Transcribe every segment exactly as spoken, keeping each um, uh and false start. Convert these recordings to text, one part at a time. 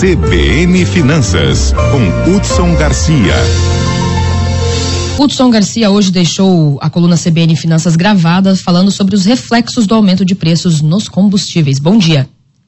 C B N Finanças, com Hudson Garcia. Hudson Garcia hoje deixou a coluna C B N Finanças gravada falando sobre os reflexos do aumento de preços nos combustíveis. Bom dia.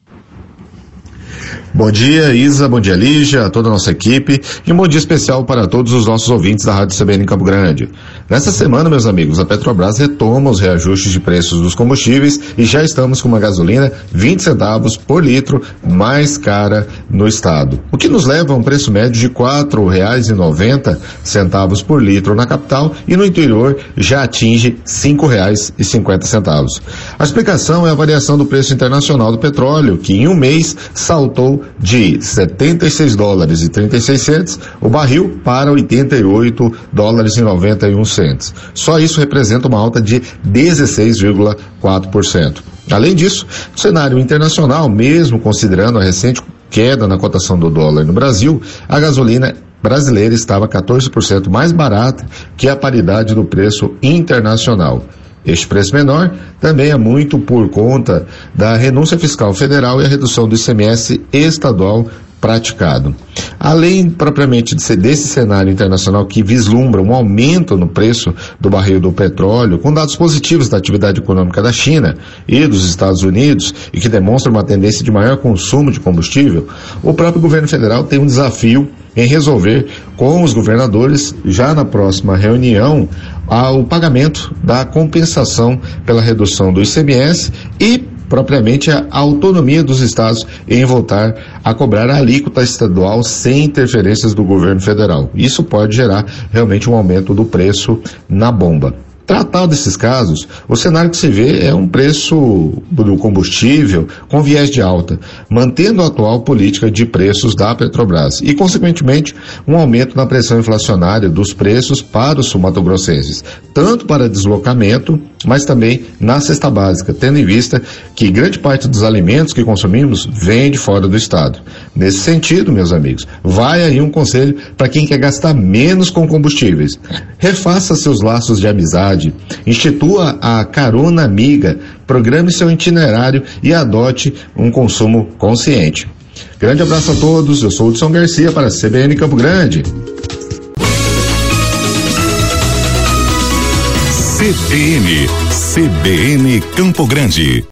Bom dia, Isa, bom dia, Lígia, a toda a nossa equipe e um bom dia especial para todos os nossos ouvintes da Rádio C B N em Campo Grande. Nesta semana, meus amigos, a Petrobras retoma os reajustes de preços dos combustíveis e já estamos com uma gasolina vinte centavos por litro mais cara no estado, o que nos leva a um preço médio de quatro reais e noventa centavos por litro na capital e no interior já atinge cinco reais e cinquenta centavos. A explicação é a variação do preço internacional do petróleo, que em um mês saltou de setenta e seis dólares e trinta e seis centos o barril para oitenta e oito dólares e noventa e um centos. Só isso representa uma alta de dezesseis vírgula quatro por cento. Além disso, no cenário internacional, mesmo considerando a recente queda na cotação do dólar no Brasil, a gasolina brasileira estava quatorze por cento mais barata que a paridade do preço internacional. Este preço menor também é muito por conta da renúncia fiscal federal e a redução do I C M S estadual praticado. Além propriamente de ser desse cenário internacional que vislumbra um aumento no preço do barril do petróleo, com dados positivos da atividade econômica da China e dos Estados Unidos e que demonstra uma tendência de maior consumo de combustível, o próprio governo federal tem um desafio em resolver com os governadores, já na próxima reunião, o pagamento da compensação pela redução do I C M S e propriamente a autonomia dos estados em voltar a cobrar a alíquota estadual sem interferências do governo federal. Isso pode gerar realmente um aumento do preço na bomba. Tratado esses casos, o cenário que se vê é um preço do combustível com viés de alta, mantendo a atual política de preços da Petrobras e, consequentemente, um aumento na pressão inflacionária dos preços para os sul-mato-grossenses, tanto para deslocamento, mas também na cesta básica, tendo em vista que grande parte dos alimentos que consumimos vem de fora do estado. Nesse sentido, meus amigos, vai aí um conselho para quem quer gastar menos com combustíveis. Refaça seus laços de amizade, institua a carona amiga, programe seu itinerário e adote um consumo consciente. Grande abraço a todos, eu sou o Hudson Garcia para a C B N Campo Grande. C B N, C B N Campo Grande.